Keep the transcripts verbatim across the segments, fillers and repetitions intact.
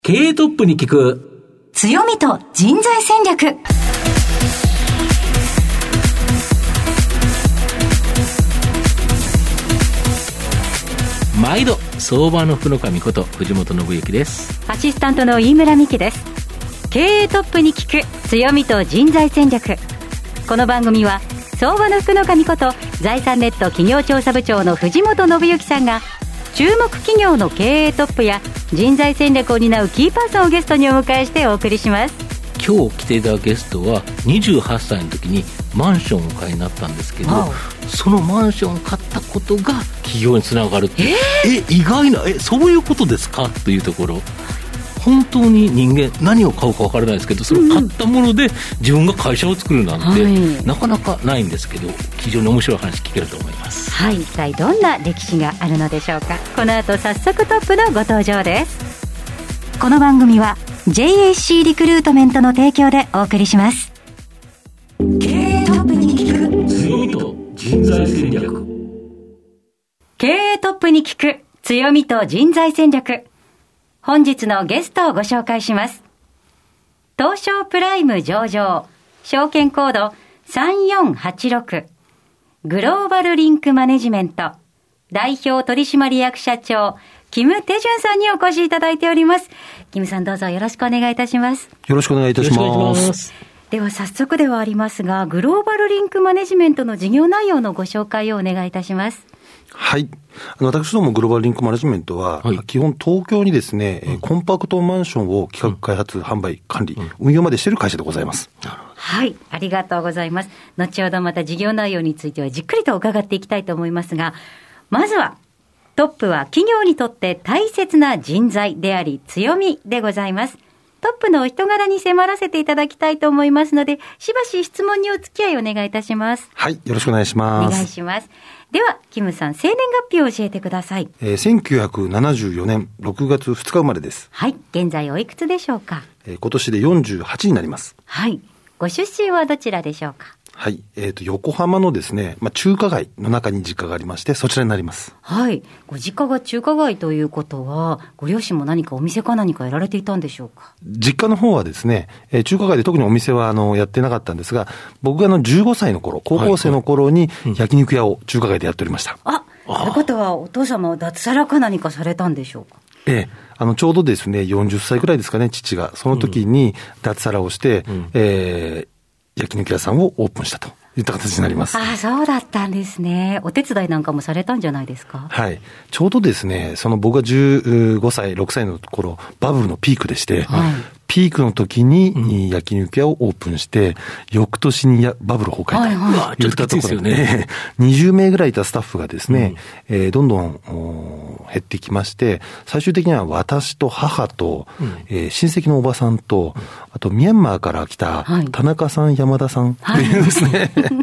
経営トップに聞く強みと人材戦略。 毎度相場の福の神こと藤本信之です。 アシスタントの飯村美希です。経営トップに聞く強みと人材戦略。この番組は相場の福の神こと財産ネット企業調査部長の藤本信之さんが注目企業の経営トップや人材戦略を担うキーパーソンをゲストにお迎えしてお送りします。 今日来ていただくゲストはにじゅうはっさいの時にマンションを買いになったんですけど、そのマンションを買ったことが企業につながるっていう、えー、え意外なえそういうことですかというところ、本当に人間何を買うか分からないですけど、その買ったもので自分が会社を作るなんて、うんはい、なかなかないんですけど、非常に面白い話聞けると思います。 はい、一体どんな歴史があるのでしょうか。この後早速トップのご登場です。この番組は ジェイエーシー リクルートメントの提供でお送りします。経営トップに聞く強みと人材戦略。 経営トップに聞く強みと人材戦略。本日のゲストをご紹介します。東証プライム上場、証券コードさんよんはちろく、グローバルリンクマネジメント代表取締役社長キム・テジュンさんにお越しいただいております。キムさん、どうぞよろしくお願いいたします。 よろしくお願いいたします。 では早速ではありますが、グローバルリンクマネジメントの事業内容のご紹介をお願いいたします。 はい。あの私どもグローバルリンクマネジメントは、はい、基本東京にですね、うん、コンパクトマンションを企画開発、うん、販売、管理、うん、運用までしている会社でございます。 はい、ありがとうございます。後ほどまた事業内容についてはじっくりと伺っていきたいと思いますが、まずはトップは企業にとって大切な人材であり強みでございます。トップのお人柄に迫らせていただきたいと思いますので、しばし質問にお付き合いお願いいたします。 はい、よろしくお願いします。 お願いします。ではキムさん、生年月日を教えてください。 えー、せんきゅうひゃくななじゅうよねんろくがつふつか生まれです。 はい、現在おいくつでしょうか。 えー、今年でよんじゅうはちになります。 はい、ご出身はどちらでしょうか。 はい、えっと、横浜のですね、まあ、中華街の中に実家がありまして、そちらになります。 はい、ご実家が中華街ということは、ご両親も何かお店か何かやられていたんでしょうか。 実家の方はですね、えー、中華街で特にお店はあのやってなかったんですが、僕があのじゅうごさいの頃、高校生の頃に焼肉屋を中華街でやっておりました。 はいはいうん、あ、ということはお父様は脱サラか何かされたんでしょうか。 ええ、あのちょうどですね、よんじゅっさいくらいですかね、父が。その時に脱サラをして、うんえー焼肉屋さんをオープンしたといった形になります。 ああ、そうだったんですね。お手伝いなんかもされたんじゃないですか。 はい。ちょうどですね、その僕がじゅうごさい、ろくさいの頃、バブルのピークでして、はい、ピークの時に焼肉屋をオープンして、うん、翌年にやバブル崩壊と、はいはい、言ったところで、ね、にじゅうめいぐらいいたスタッフがですね、うんえー、どんどん減ってきまして、最終的には私と母と、うんえー、親戚のおばさんと、あとミャンマーから来た田中さん、山田さんっていうですね、はい、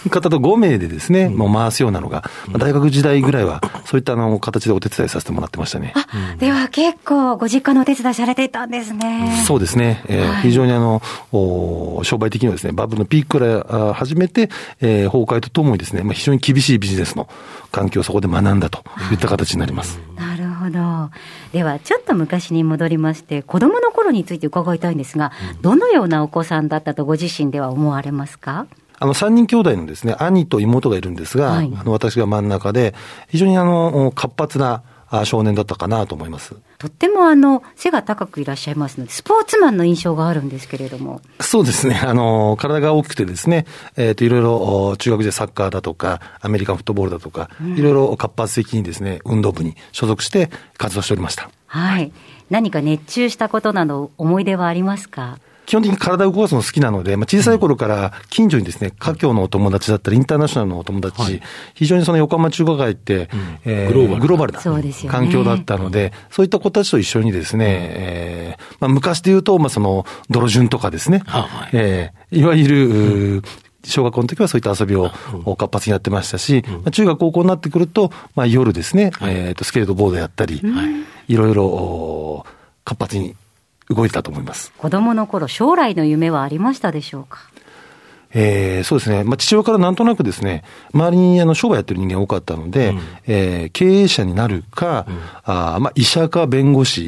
方とごめいでですね、もう回すようなのが、まあ、大学時代ぐらいはそういったあの形でお手伝いさせてもらってましたね。 あ、では結構ご実家のお手伝いされていたんですね。 そうですね、えーはい、非常にあの商売的にはですね、バブルのピークから始めて、えー、崩壊とともにですね、まあ、非常に厳しいビジネスの環境をそこで学んだといった形になります。 なるほど。ではちょっと昔に戻りまして、子供の頃について伺いたいんですが、うん、どのようなお子さんだったとご自身では思われますか。 あのさんにん兄弟のですね、兄と妹がいるんですが、はい、あの私が真ん中で非常にあの活発な少年だったかなと思います。 とってもあの背が高くいらっしゃいますので、スポーツマンの印象があるんですけれども。 そうですね、あの体が大きくてですね、えー、といろいろ中学時代サッカーだとかアメリカンフットボールだとか、うん、いろいろ活発的にですね運動部に所属して活動しておりました。 はい、何か熱中したことなど思い出はありますか。 基本的に体を動かすの好きなので、まあ、小さい頃から近所にですね、華僑のお友達だったり、インターナショナルのお友達、はい、非常にその横浜中華街って、うんえー、グローバル、グローバルな環境だったので、そういった子たちと一緒にですね、えーまあ、昔で言うと、まあ、その、泥順とかですね、はいえー、いわゆる、うん小学校の時はそういった遊びを活発にやってましたし、うん、中学高校になってくると、まあ、夜ですね、はいえー、とスケートボードやったり、はい、いろいろ活発に動いてたと思います。 子供の頃、将来の夢はありましたでしょうか。 えー、そうですね、まあ、父親からなんとなくですね、周りにあの商売やってる人間多かったので、うんえー、経営者になるか、うんあまあ、医者か弁護士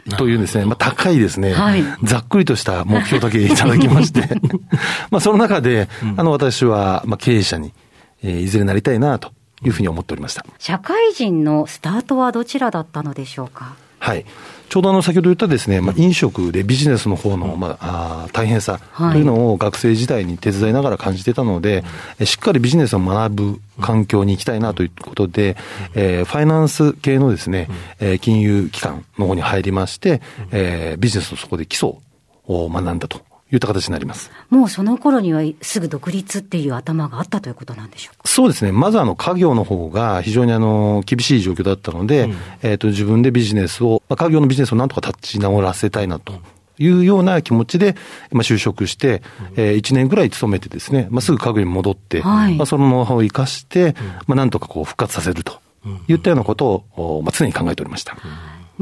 というですね、まあ、高いですね、 はい、 ざっくりとした目標だけいただきまして、まあその中で、あの、私は、まあ、経営者に、えー、いずれなりたいなというふうに思っておりました。 社会人のスタートはどちらだったのでしょうか。 はい。ちょうどあの先ほど言ったですね、まあ、飲食でビジネスの方の、まあ、あ大変さというのを学生時代に手伝いながら感じてたので、はい、しっかりビジネスを学ぶ環境に行きたいなということで、えー、ファイナンス系のですね、えー、金融機関の方に入りまして、えー、ビジネスのそこで基礎を学んだといった形になります。 もうその頃にはすぐ独立っていう頭があったということなんでしょうか。 そうですね。まずあの家業の方が非常にあの厳しい状況だったので、うん、えっと自分でビジネスを、まあ、家業のビジネスをなんとか立ち直らせたいなというような気持ちで、まあ、就職して、うん、えー、いちねんぐらい勤めてですね、まあ、すぐ家業に戻って、はい、まあ、そのノウハウを生かして、うん、まあ、なんとかこう復活させるといったようなことを、まあ、常に考えておりました。うん、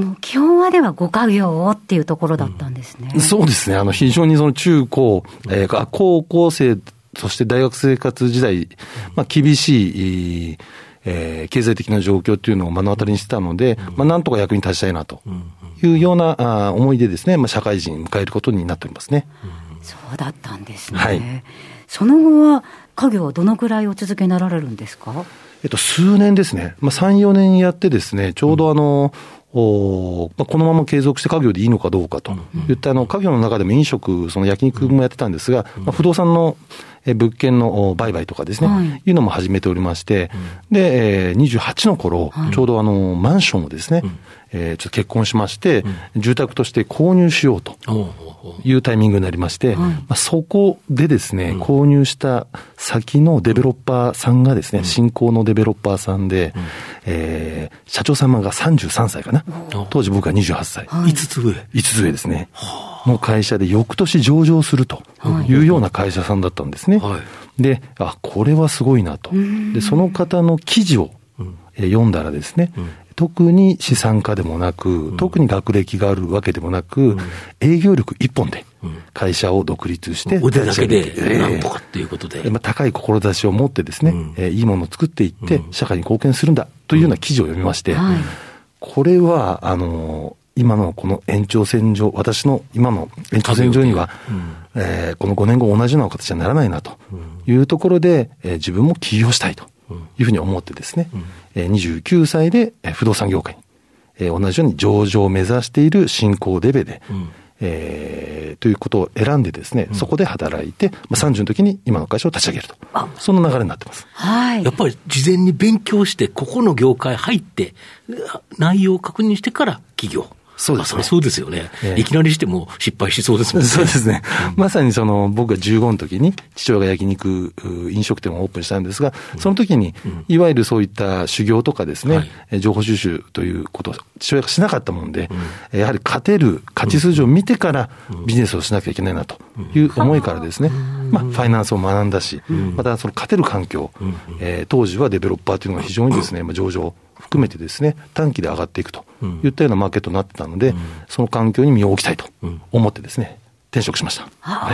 もう基本はではご家業をっていうところだったんですね。 うん、そうですね。あの非常にその中高、えー、高校生そして大学生活時代、まあ、厳しい、えー、経済的な状況というのを目の当たりにしてたので、まあ、なんとか役に立ちたいなというようなあ思いでですね、まあ、社会人を迎えることになっておりますね。 そうだったんですね。 はい、 その後は家業はどのくらいお続けになられるんですか。 えっと、数年ですね。まあ、さん、よねんやってですね、ちょうどあの、おまあ、このまま継続して家業でいいのかどうかといったあの家業の中でも飲食、その焼肉もやってたんですが、まあ、不動産の物件の売買とかですね、はい、いうのも始めておりまして、で、にじゅうはちの頃、はい、ちょうどあのマンションをですね、えー、ちょっと結婚しまして、うん、住宅として購入しようというタイミングになりまして、はい、まあ、そこでですね、うん、購入した先のデベロッパーさんがですね、うん、新興のデベロッパーさんで、うん、えー、社長様がさんじゅうさんさいかな、当時僕はにじゅうはっさい、 はい、いつつ上いつつ上ですね、の会社で翌年上場するというような会社さんだったんですね。はい、で、あ、これはすごいなと。で、その方の記事を、うん、え読んだらですね、うん、特に資産家でもなく、うん、特に学歴があるわけでもなく、うん、営業力一本で会社を独立して、 うん、腕だけでなんとかっていうことで、 えー、まあ、高い志を持ってですね、うん、えー、いいものを作っていって、うん、社会に貢献するんだというような記事を読みまして、うん、はい、これはあのー今のこの延長線上、私の今の延長線上には、うん、えー、このごねんご同じような形にならないなというところで、えー、自分も起業したいというふうに思ってですね、うん、えー、にじゅうきゅうさいで不動産業界に、えー、同じように上場を目指している新興デベで、うん、えー、ということを選んでですね、うん、そこで働いて、まあ、さんじゅうの時に今の会社を立ち上げると、その流れになってます。 はい。 やっぱり事前に勉強して、ここの業界入って、内容を確認してから起業。 そうですね。 そうですよね、えー。いきなりしても失敗しそうですもんね。 そうですね。うん、まさにその僕がじゅうごの時に父親が焼肉飲食店をオープンしたんですが、その時にいわゆるそういった修行とかですね、はい、情報収集ということを父親がしなかったもんで、うん、やはり勝てる勝ち筋を見てからビジネスをしなきゃいけないなという思いからですね、まあファイナンスを学んだし、またその勝てる環境、えー、当時はデベロッパーというのが非常にですね、まあ、上場含めてですね、短期で上がっていくといったようなマーケットになってたので、うん、その環境に身を置きたいと思ってですね、転職しました。はい、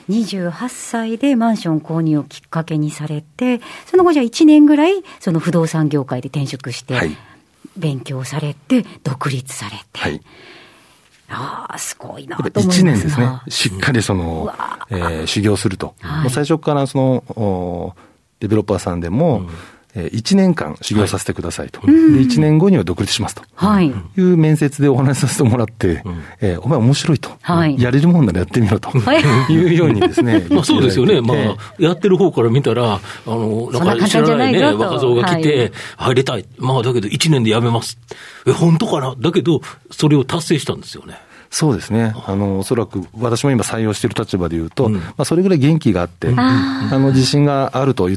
にじゅうはっさいでマンション購入をきっかけにされて、その後じゃあいちねんぐらいその不動産業界で転職して、はい、勉強されて独立されて、はい、ああすごいなと思いますが、いちねんですね、 しっかりその、うん、えー、修行すると、はい、もう最初からそのデベロッパーさんでも、うん、いちねんかん修行させてくださいと、はい、でいちねんごには独立しますと、はい、いう面接でお話しさせてもらって、うん、えー、お前面白いと、はい、やれるもんならやってみろというようにですねまあそうですよね、まあ、やってる方から見たらあのなんか知らないね若造が来て、はい、入りたい、まあだけどいちねんで辞めます、え本当かな、だけどそれを達成したんですよね。 そうですね。あの、おそらく私も今採用している立場で言うと、うん、まあそれぐらい元気があって、うん、あの、自信があるといった、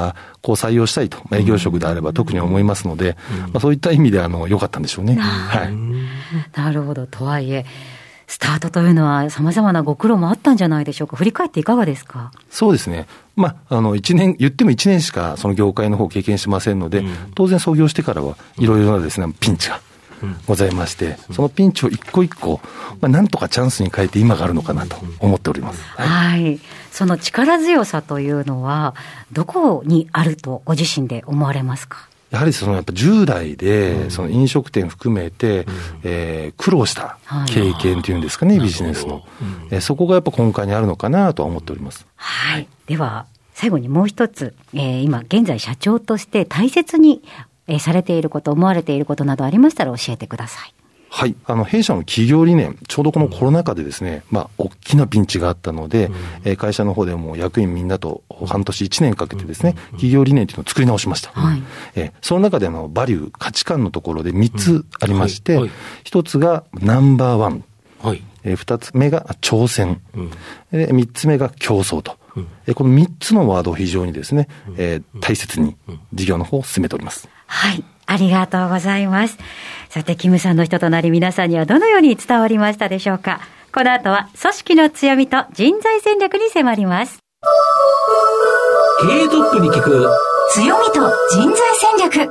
あこう採用したいと、営業職であれば特に思いますので、うん、まあそういった意味であの、良かったんでしょうね。はい。 なるほど。とはいえ、スタートというのは様々なご苦労もあったんじゃないでしょうか。振り返っていかがですか。 そうですね。まあ、あの、一年、言っても一年しかその業界の方を経験してませんので、うん、当然創業してからはいろいろなですね、ピンチがございまして、そのピンチを一個一個、まあ、なんとかチャンスに変えて今があるのかなと思っております。はい。 はい、その力強さというのはどこにあるとご自身で思われますか。 やはりそのやっぱじゅう代でその飲食店含めて、うんえー、苦労した経験というんですかね、はい、ビジネスの、うんえー、そこがやっぱ根幹にあるのかなとは思っております。 はい。では最後にもう一つ、えー、今現在社長として大切に、えー、されていること、思われていることなどありましたら教えてください。 はい。あの、弊社の企業理念、ちょうどこのコロナ禍でですね、まあ、大きなピンチがあったので、うんえー、会社の方でも役員みんなと半年いちねんかけてですね、企業理念というのを作り直しました。はいえー、その中でのバリュー、価値観のところでみっつありまして、うんはいはい、ひとつがナンバーワン。はいえー、ふたつめが挑戦。うん、でみっつめが競争と。うんえー、このみっつのワードを非常にですね、えー、大切に事業の方を進めております。 はい。ありがとうございます。さて、キムさんの人となり皆さんにはどのように伝わりましたでしょうか。この後は組織の強みと人材戦略に迫ります。 経営トップに聞く強みと人材戦略。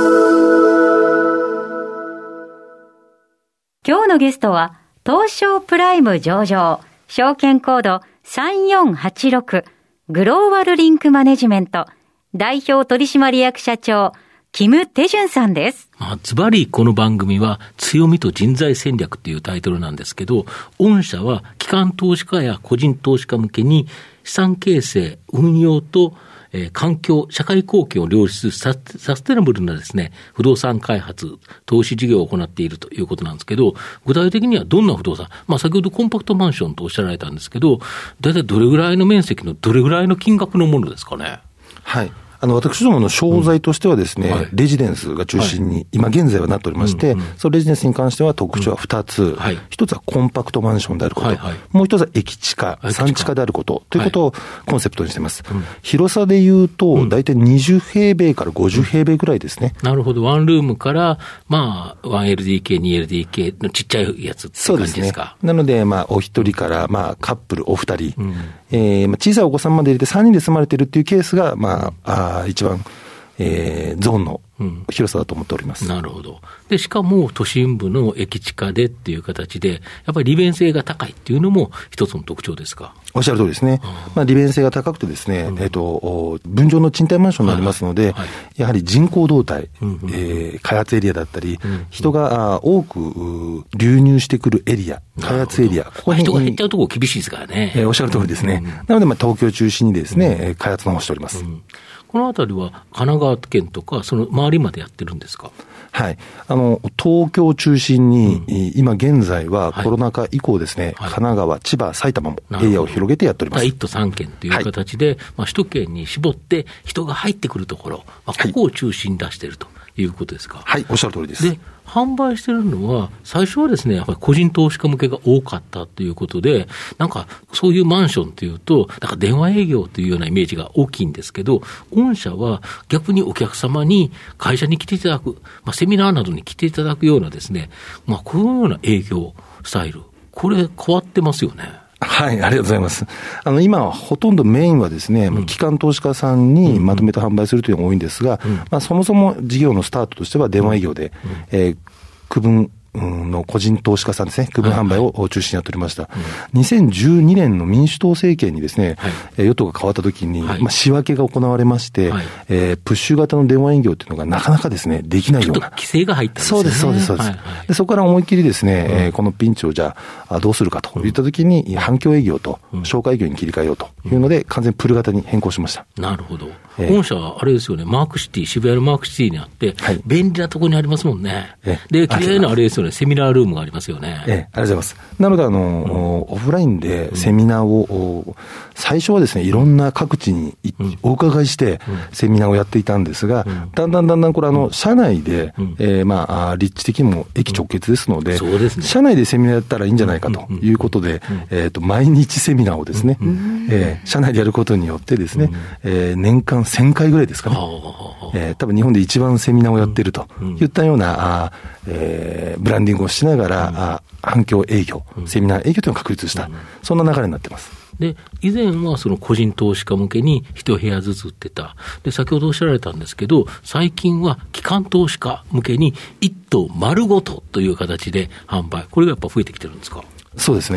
今日のゲストは東証プライム上場証券コードさんよんはちろくグローバルリンクマネジメント代表取締役社長キム・テジュンさんです。 まあ、ズバリこの番組は強みと人材戦略というタイトルなんですけど、御社は機関投資家や個人投資家向けに資産形成、運用と、えー、環境、社会貢献を両立するサステナブルなですね、不動産開発、投資事業を行っているということなんですけど、具体的にはどんな不動産、まあ先ほどコンパクトマンションとおっしゃられたんですけど、だいたいどれぐらいの面積のどれぐらいの金額のものですかね。 はい。あの、私どもの商材としてはですね、うんはい、レジデンスが中心に、はい、今現在はなっておりまして、うんうん、そのレジデンスに関しては特徴はふたつ、うんはい、ひとつはコンパクトマンションであること、はいはい、もうひとつは駅地下、産地下であること、ということをコンセプトにしています。はい、広さで言うと、だいたいにじゅうへいべいからごじゅうへいべいぐらいですね。 うん、なるほど。ワンルームから、まあ、ワンエルディーケー、ツーエルディーケー のちっちゃいやつって感じですか。そうですね。 なので、まあ、お一人から、まあ、カップル、お二人、うんえーまあ、小さいお子さんまで入れてさんにんで住まれているっていうケースが、まあ、あ一番、えー、ゾーンの広さだと思っております。 うん、なるほど。で、しかも都心部の駅地下でっていう形で、やっぱり利便性が高いっていうのも一つの特徴ですか。 おっしゃる通りですね。まあ、利便性が高くてですね、うん、えっ、ー、と、分譲の賃貸マンションになりますので、はいはい、やはり人口動態、うんうんえー、開発エリアだったり、うんうん、人が多く流入してくるエリア、開発エリア、 ここに、まあ、人が減っちゃうところ厳しいですからね。 えー、おっしゃる通りですね。うんうん、なので、まあ、東京中心にですね、うん、開発の方をしております。うんこのあたりは神奈川県とか、その周りまでやってるんですか。 はい。あの、東京中心に、うん、今現在はコロナ禍以降ですね、はい、神奈川、千葉、埼玉もエリアを広げてやっております。 いっ都さん県という形で、はいまあ、首都圏に絞って人が入ってくるところ、まあ、ここを中心に出しているということですか。 はい、はい、おっしゃる通りです。 で販売してるのは、最初はですね、やっぱり個人投資家向けが多かったということで、なんかそういうマンションというと、なんか電話営業というようなイメージが大きいんですけど、御社は逆にお客様に会社に来ていただく、まあ、セミナーなどに来ていただくようなですね、まあ、このような営業スタイル、これ変わってますよね。 はい、ありがとうございます。あの、今はほとんどメインはですね、うん、機関投資家さんにまとめて販売するというのが多いんですが、うんまあ、そもそも事業のスタートとしては電話営業で、うんえー、区分の個人投資家さんですね、区分販売を中心にやっておりました。はいはい、にせんじゅうにねんの民主党政権にですね、はい、与党が変わった時に、はいまあ、仕分けが行われまして、はいえー、プッシュ型の電話営業というのがなかなかですね、できないような。 ちょっと規制が入ったんですね。 そうです、そうです、そうです。はいはい、でそこから思いっきりですね、うんえー、このピンチをじゃあどうするかといった時に、反響営業と紹介営業に切り替えようというので、うん、完全にプル型に変更しました。 なるほど。えー、本社はあれですよね、マークシティ、渋谷のマークシティにあって、はい、便利なところにありますもんね。えー、で、綺麗なあれですよね、セミナールームがありますよね。 ええ、ありがとうございます。なので、あの、うん、オフラインでセミナーを、うん、最初はですね、いろんな各地に、うん、お伺いして、セミナーをやっていたんですが、うん、だんだんだんだんこれ、あの、社内で、うん、えー、まあ、立地的にも駅直結ですので、うんそうですね、社内でセミナーやったらいいんじゃないかということで、うんうん、えっと、毎日セミナーをですね、うん、えー、社内でやることによってですね、うん、えー、年間せんかいぐらいですかね、えー、多分日本で一番セミナーをやっているといったような、あえー、ブランディングをしながら、うん、あ反響営業、セミナー営業というのを確立した、うん、そんな流れになっています。 で、以前はその個人投資家向けに一部屋ずつ売ってた。で、先ほどおっしゃられたんですけど、最近は機関投資家向けに一棟丸ごとという形で販売。これがやっぱ増えてきてるんですか？ そうですね。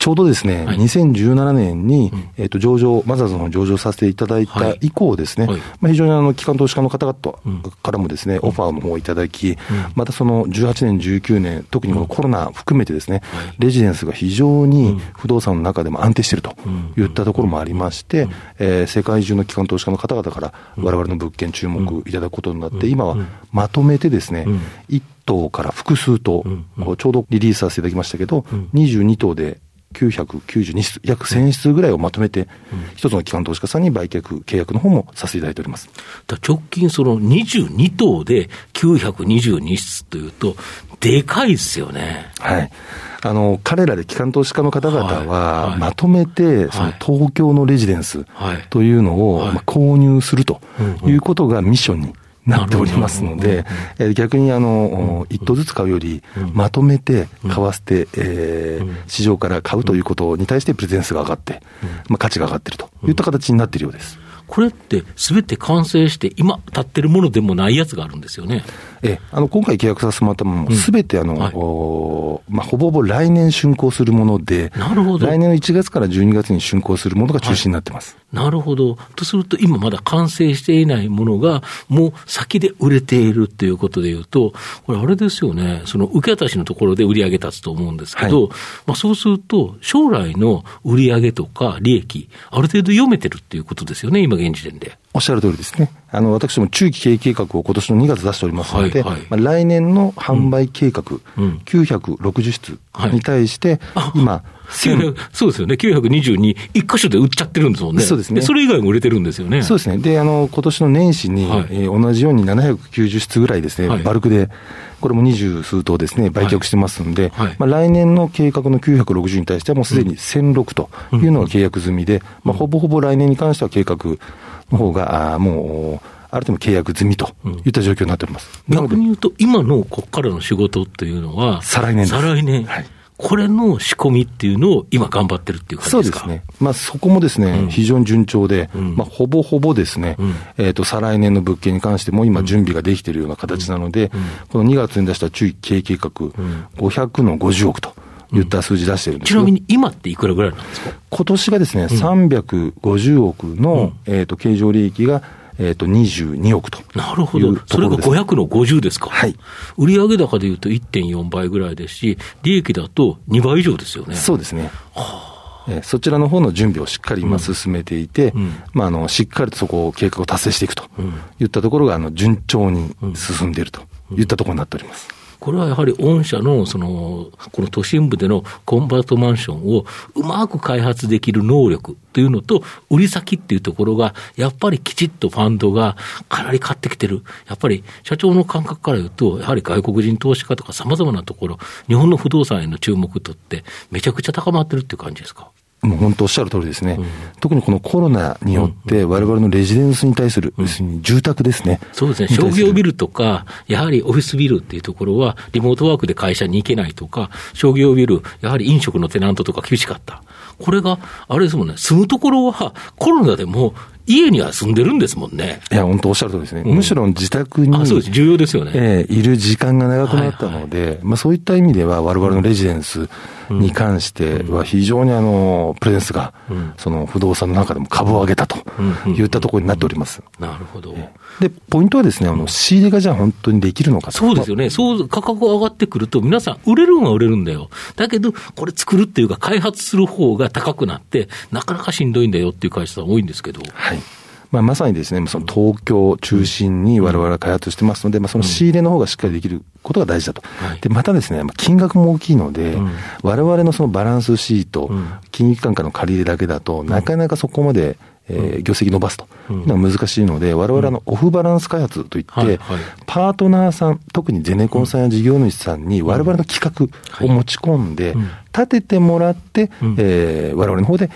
ちょうどですね、はい、にせんじゅうななねんに、うん、えっ、ー、と、上場、マザーズの方に上場させていただいた以降ですね、はいはい、まあ、非常にあの、機関投資家の方々からもですね、うん、オファーの方をいただき、うん、またそのじゅうはちねん、じゅうきゅうねん、特にこのコロナ含めてですね、うん、レジデンスが非常に不動産の中でも安定しているといったところもありまして、うん、えー、世界中の機関投資家の方々から我々の物件注目いただくことになって、今はまとめてですね、いっ棟から複数棟、うんうん、ちょうどリリースさせていただきましたけど、うん、にじゅうに棟できゅうひゃくきゅうじゅうに室、約せん室ぐらいをまとめて、一、うん、つの機関投資家さんに売却、契約の方もさせていただいております。 だ直近そのにじゅうに棟できゅうひゃくにじゅうに室というと、でかいですよね。 はい。あの、彼らで機関投資家の方々は、まとめて、その東京のレジデンスというのを購入するということがミッションになっておりますので、えー、逆にあの、一棟ずつ買うより、まとめて買わせて、えー、市場から買うということに対してプレゼンスが上がって、まあ、価値が上がっているといった形になっているようです。 これってすべて完成して今立ってるものでもないやつがあるんですよね。 えあの今回契約させてもらったものもすべてあの、うん、はい、おまあ、ほぼほぼ来年竣工するもので、 なるほど、 来年のいちがつからじゅうにがつに竣工するものが中心になってます。 はい、なるほど。とすると今まだ完成していないものがもう先で売れているということでいうと、これあれですよね、その受け渡しのところで売り上げ立つと思うんですけど、はい、まあ、そうすると将来の売り上げとか利益ある程度読めてるっていうことですよね、今現時点で。 おっしゃる通りですね。あの、私も中期経営計画を今年のにがつ出しておりますので、はいはい、まあ、来年の販売計画、うん、きゅうひゃくろくじゅう室に対して、はい、今、 そうですよね、きゅうひゃくにじゅうに、一箇所で売っちゃってるんですもんね。 そうですね。 でそれ以外も売れてるんですよね。 そうですね。で、あの、今年の年始に、はい、えー、同じようにななひゃくきゅうじゅう室ぐらいですね、はい、バルクで、これも二十数棟ですね、売却してますんで、はいはい、まあ、来年の計画のきゅうひゃくろくじゅうに対してはもうすでにせんろくというのが契約済みで、うん、まあ、ほぼほぼ来年に関しては計画の方が、あもう、ある程度契約済みといった状況になっております。 うん、逆に言うと、今のここからの仕事っていうのは、 再来年です。 再来年。はい、これの仕込みっていうのを今頑張ってるっていう感じですか。 そうですね。まあそこもですね、うん、非常に順調で、うん、まあほぼほぼですね、うん、えっ、ー、と、再来年の物件に関しても今準備ができているような形なので、うんうん、このにがつに出した中期経営計画、うん、ごひゃくのごじゅうおくといった数字出してるんです、 うん、ちなみに今っていくらぐらいなんですか。 今年がですね、うん、さんびゃくごじゅうおくの、うん、えっ、ー、と、経常利益がえっと、にじゅうにおくと。 なるほど。それがごひゃくのごじゅうですか。 はい。 売上高でいうと いってんよんばいぐらいですし、利益だとにばい以上ですよね。 そうですね。はあ、えそちらの方の準備をしっかり今進めていて、うん、まあ、あの、しっかりとそこを計画を達成していくといったところが、あの、順調に進んでいるといったところになっております。 これはやはり御社のそのこの都心部でのコンバートマンションをうまく開発できる能力というのと、売り先っていうところがやっぱりきちっとファンドがかなり買ってきてる。やっぱり社長の感覚から言うと、やはり外国人投資家とかさまざまなところ、日本の不動産への注目度ってめちゃくちゃ高まってるっていう感じですか。 もう本当おっしゃる通りですね、うん、特にこのコロナによって我々のレジデンスに対する、うん、要するに住宅ですね、 そうですね、商業ビルとかやはりオフィスビルっていうところはリモートワークで会社に行けないとか、商業ビルやはり飲食のテナントとか厳しかった。これがあれですもんね、住むところはコロナでも家には住んでるんですもんね。 いや、本当おっしゃるとおりですね。うん、むしろ自宅に、 あ、そうです、重要ですよね。 えー、いる時間が長くなったので、はいはい、まあそういった意味では我々のレジデンスに関しては非常にあの、プレゼンスが、うん、その不動産の中でも株を上げたといったところになっております。 うんうんうん、なるほど。 で、ポイントはですね、あの、仕入れがじゃあ本当にできるのかと。 そうですよね。そう、価格が上がってくると皆さん売れるのは売れるんだよ。だけど、これ作るっていうか開発する方が高くなって、なかなかしんどいんだよっていう会社さん多いんですけど。 はい。まあ、まさにですね、その東京中心に我々は開発してますので、まあ、その仕入れの方がしっかりできることが大事だと。うん、で、またですね、金額も大きいので、うん、我々のそのバランスシート、うん、金融機関からの借り入れだけだと、なかなかそこまで、えー、業績伸ばすというのは難しいので、我々のオフバランス開発といって、はいはい、パートナーさん、特にゼネコンさんや事業主さんに我々の企画を持ち込んで、立ててもらって、えー、我々の方で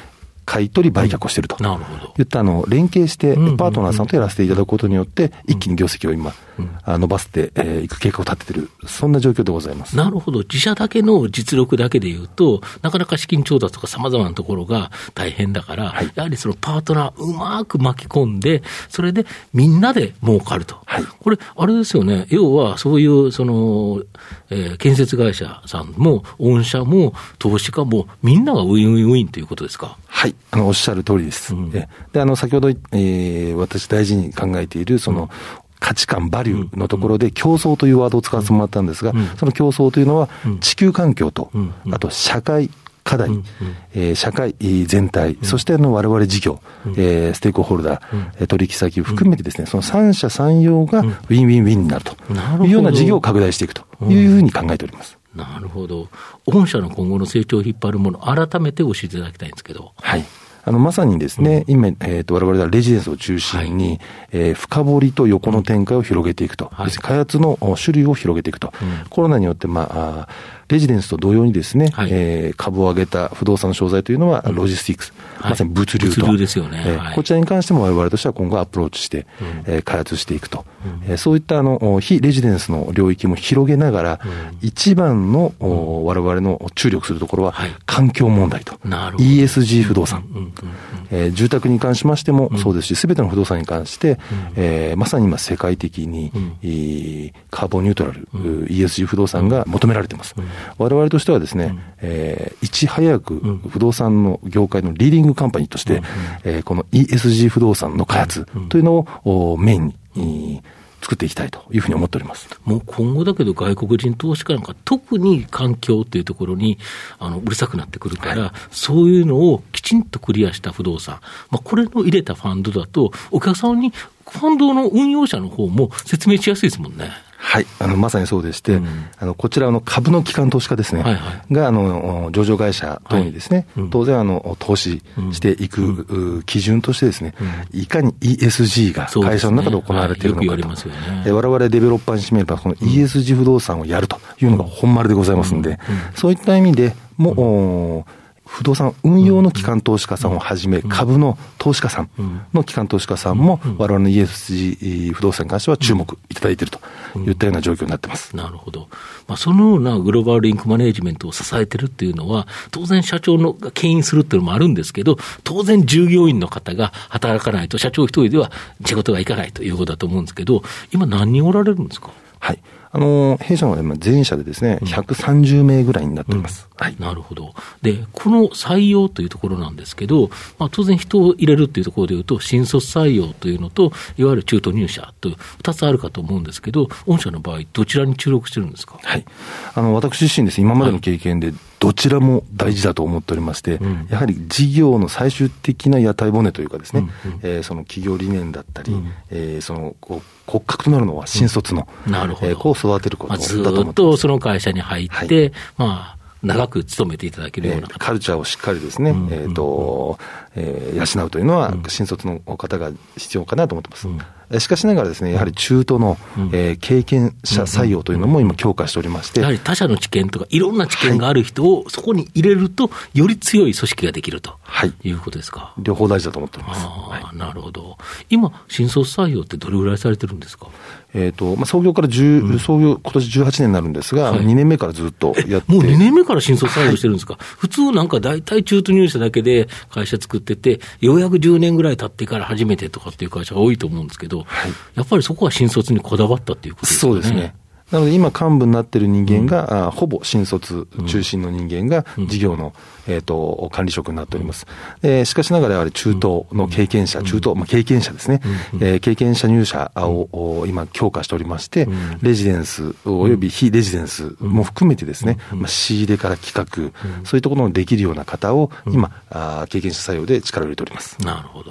買い取り売却をしていると、 なるほど。 いったあの連携してパートナーさんとやらせていただくことによって、一気に業績を今、伸ばせてい、えー、く計画を立てている、そんな状況でございます。 なるほど。自社だけの実力だけでいうと、なかなか資金調達とか様々なところが大変だから、はい、やはりそのパートナーうまく巻き込んで、それでみんなで儲かると。はい、これ、あれですよね。要は、そういう、その、えー、建設会社さんも、御社も、投資家も、みんながウィンウィンウィンということですか。 はい。あの、おっしゃる通りです。うん、で、あの、先ほど、えー、私大事に考えている、その、うん価値観、バリューのところで競争というワードを使わせてもらったんですが、その競争というのは地球環境と、あと社会課題、えー、社会全体、そしてあの我々事業、えー、ステークホルダー、取引先を含めてですね、その三者三様がウィンウィンウィンになるというような事業を拡大していくというふうに考えております。 なるほど。御社の今後の成長を引っ張るもの、改めて教えていただきたいんですけど。 はい。あのまさにですね、うん、今、えーと、我々はレジデンスを中心に、はいえー、深掘りと横の展開を広げていくと、はい、開発の種類を広げていくと、うん、コロナによって、まあ、レジデンスと同様にですね、はいえー、株を上げた不動産の商材というのはロジスティックス、うん、まさに物流と、 物流ですよね、 えーはい、こちらに関しても我々としては今後アプローチして、うんえー、開発していくと、うんえー、そういったあの非レジデンスの領域も広げながら、うん、一番の、うん、我々の注力するところは、はい、環境問題と イーエスジー 不動産、うんうんうんえー、住宅に関しましてもそうですし、すべての不動産に関して、うんえー、まさに今世界的に、うんえー、カーボンニュートラル、うん、イーエスジー 不動産が求められています、うん、我々としてはですね、うんえー、いち早く不動産の業界のリーディングカンパニーとして、うんえー、この イーエスジー 不動産の開発というのをメインに作っていきたいというふうに思っております。 もう今後だけど外国人投資家なんか特に環境というところにあのうるさくなってくるから、はい、そういうのをきちんとクリアした不動産、まあ、これの入れたファンドだとお客さんにファンドの運用者の方も説明しやすいですもんね。 はい、あのまさにそうでして、うん、あのこちらの株の機関投資家ですね、はいはい、があの上場会社等にですね、はいうん、当然あの投資していく、うん、基準としてですね、うん、いかに イーエスジー が会社の中で行われているのかと、ねはいねえー、我々デベロッパーにしてみればこの イーエスジー 不動産をやるというのが本丸でございますので、うんうん、そういった意味でも、うん不動産運用の機関投資家さんをはじめ、株の投資家さんの機関投資家さんも、我々の イーエスジー 不動産に関しては注目いただいているといったような状況になっています。 なるほど。まあ、そのようなグローバルリンクマネジメントを支えているっていうのは、当然社長のが牽引するっていうのもあるんですけど、当然従業員の方が働かないと、社長一人では仕事がいかないということだと思うんですけど、今何人おられるんですか？ はい。あの、弊社の全社でですね、ひゃくさんじゅうめいぐらいになっております。 うんうんはい、なるほど。で、この採用というところなんですけど、まあ、当然人を入れるというところでいうと、新卒採用というのと、いわゆる中途入社とふたつあるかと思うんですけど、御社の場合、どちらに注力してるんですか？ はい。あの、私自身ですね、今までの経験で、どちらも大事だと思っておりまして、うん、やはり事業の最終的な屋台骨というかですね、うんうんえー、その企業理念だったり、うんえー、そのこう骨格となるのは新卒の、うんなるほどえー、子を育てることだと思ってます。 ずっとその会社に入って、はい、まあ長く勤めていただけるような、 えー、カルチャーをしっかりですね、うんうんうんえーとえー、養うというのは新卒の方が必要かなと思ってます、うんしかしながらですね、やはり中途の、うんえー、経験者採用というのも今強化しておりまして、 やはり他社の知見とかいろんな知見がある人をそこに入れるとより強い組織ができるということですか？ はい、両方大事だと思っております。 あ、はい、なるほど。今新卒採用ってどれぐらいされてるんですか？ えーとまあ、創業からじゅう、うん、創業今年じゅうはちねんになるんですが、はい、にねんめからずっとやってもうにねんめから新卒採用してるんですか？はい、普通なんか大体中途入社だけで会社作っててようやくじゅうねんぐらい経ってから初めてとかっていう会社が多いと思うんですけど、はい、やっぱりそこは新卒にこだわったっていうことですね。 そうですね。なので今幹部になっている人間が、うん、ほぼ新卒中心の人間が事業の、うんえー、と管理職になっております、うんえー、しかしながらやはり中東の経験者、うん、中東、まあ、経験者ですね、うんえー、経験者入社を今強化しておりまして、うん、レジデンスおよび非レジデンスも含めてですね、うんまあ、仕入れから企画、うん、そういうところのできるような方を今、うん、あ経験者採用で力を入れております。 なるほど。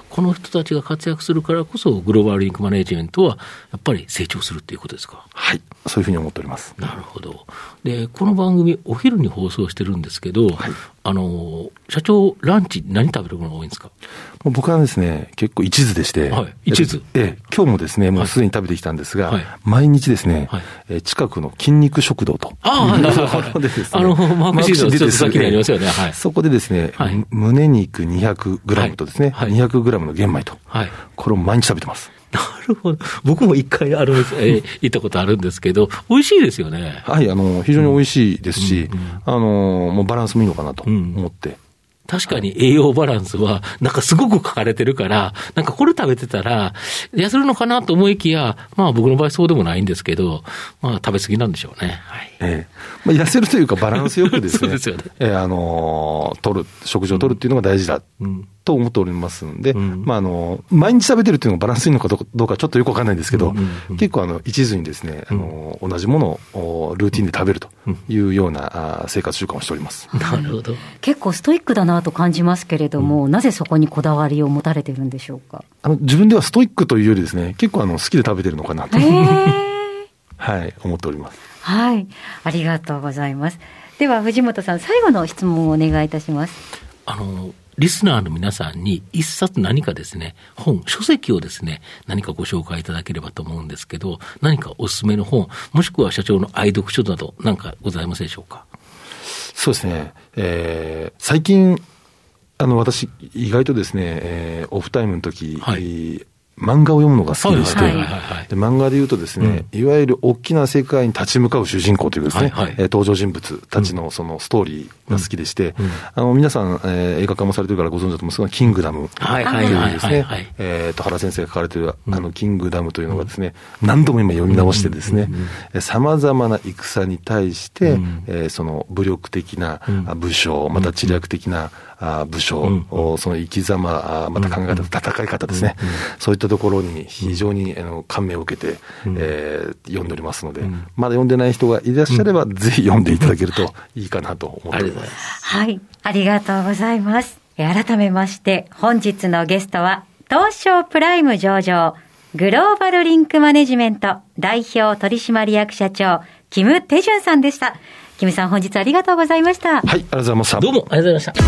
この人たちが活躍するからこそグローバルリンクマネジメントはやっぱり成長するということですか。 はい、そういうふうに思っております。 なるほど。でこの番組お昼に放送してるんですけど、はい、あの社長ランチ何食べるのが多いんですか。 もう僕はですね結構一途でして、 はい、一途、 ええ、今日もですねもうすでに食べてきたんですが、 はい、 毎日ですね、 はい、 え近くの筋肉食堂とああなるほどです、ね、あのマークシートちょっと先にありますよね、はい、 そこでですね、はい、胸肉 にひゃくグラム とですね、はい、にひゃくグラム の玄米と、はい、これを毎日食べてます。 なるほど。僕も一回あの、えー、行ったことあるんですけど、美味しいですよね。 はい、あの、非常に美味しいですし、うんうんうん、あの、もうバランスもいいのかなと思って。うん、 確かに栄養バランスは、なんかすごく書かれてるから、なんかこれ食べてたら、痩せるのかなと思いきや、まあ僕の場合そうでもないんですけど、まあ食べ過ぎなんでしょうね。はい。 ええまあ、痩せるというかバランスよくですね。 そうですよね。 えー、あのー、取る、食事を取るっていうのが大事だ。うんと思っておりますんで、うん、まああの毎日食べてるっていうのがバランスいいのかどうかちょっとよくわかんないんですけど、うんうんうん、結構あの一途にですね、あの同じものをルーティンで食べるというような生活習慣をしております。 なるほど。 結構ストイックだなと感じますけれども、うん、なぜそこにこだわりを持たれてるんでしょうか。 あの自分ではストイックというよりですね、結構あの好きで食べてるのかなと、はい思っております。 はい、ありがとうございます。では藤本さん、最後の質問をお願いいたします。 あのリスナーの皆さんに一冊何かですね、本、書籍をですね、何かご紹介いただければと思うんですけど、何かおすすめの本、もしくは社長の愛読書など何かございますでしょうか。 そうですね、えー、最近あの私意外とですね、えー、オフタイムの時、はい、漫画を読むのが好きでして、はいはいはいはい、で漫画で言うとですね、うん、いわゆる大きな世界に立ち向かう主人公というですね、はいはい、登場人物たちのそのストーリーが好きでして、うんうん、あの皆さん、えー、映画化もされてるからご存知だと思うんですが、キングダムというですね、えっと原先生が書かれているあのキングダムというのがですね、うん、何度も今読み直してですね、さまざまな戦に対して、うん、えー、その武力的な武将、また知略的な武将、うん、その生き様、また考え方、うん、戦い方ですね、うん、そういったところに非常にあの感銘を受けて、うん、えー、読んでおりますので、うん、まだ読んでない人がいらっしゃれば、うん、ぜひ読んでいただけるといいかなと思っております。 はい、ありがとうございます。改めまして本日のゲストは東証プライム上場グローバルリンクマネジメント代表取締役社長キム・テジュンさんでした。キムさん、本日ありがとうございました。 はい、ありがとうございました。 どうもありがとうございました。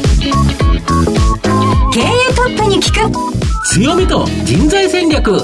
経営トップに聞く強みと人材戦略。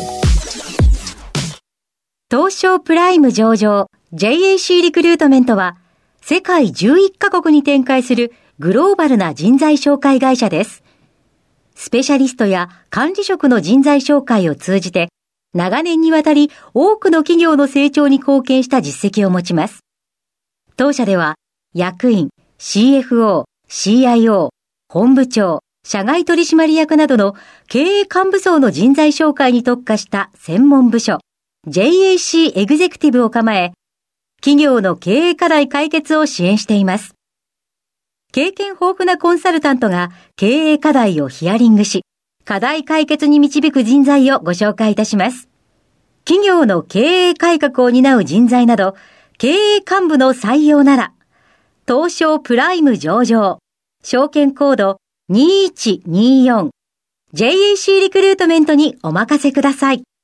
東証プライム上場 ジェイエーシー リクルートメントは世界じゅういっカ国に展開するグローバルな人材紹介会社です。スペシャリストや管理職の人材紹介を通じて長年にわたり多くの企業の成長に貢献した実績を持ちます。当社では役員、シーエフオー、シーアイオー、本部長、社外取締役などの経営幹部層の人材紹介に特化した専門部署 ジェイエーシー エグゼクティブを構え、企業の経営課題解決を支援しています。経験豊富なコンサルタントが経営課題をヒアリングし、課題解決に導く人材をご紹介いたします。企業の経営改革を担う人材など、経営幹部の採用なら、東証プライム上場、証券コードにいちによん、ジェイエーシー リクルートメントにお任せください。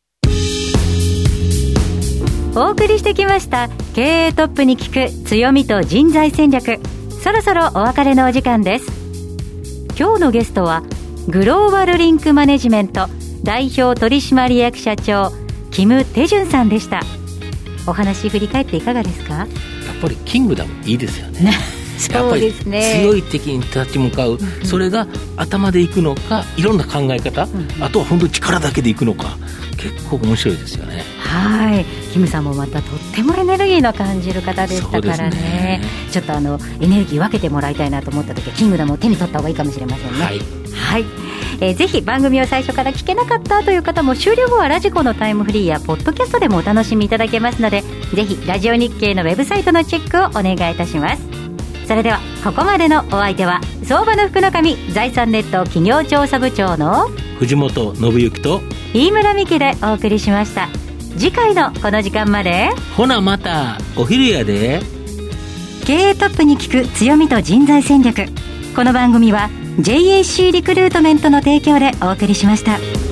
お送りしてきました経営トップに聞く強みと人材戦略。そろそろお別れのお時間です。今日のゲストはグローバルリンクマネジメント代表取締役社長キム・テジュンさんでした。お話振り返っていかがですか。やっぱりキングダムいいですよね。 そうですね、 やっぱり強い敵に立ち向かう、うん、それが頭でいくのかいろんな考え方、うん、あとは本当に力だけでいくのか、結構面白いですよね。 はい、キムさんもまたとってもエネルギーの感じる方でしたからね。ね、ちょっとあのエネルギー分けてもらいたいなと思った時はキングダムを手に取った方がいいかもしれませんね。はい、はい、えー、ぜひ番組を最初から聞けなかったという方も終了後はラジコのタイムフリーやポッドキャストでもお楽しみいただけますので、ぜひラジオ日経のウェブサイトのチェックをお願いいたします。それではここまでのお相手は相場の福の神財産ネット企業調査部長の藤本信之と飯村美希でお送りしました。次回のこの時間までほなまたお昼やで。 経営トップに聞く強みと人材戦略。この番組はジェイエーシー リクルートメントの提供でお送りしました。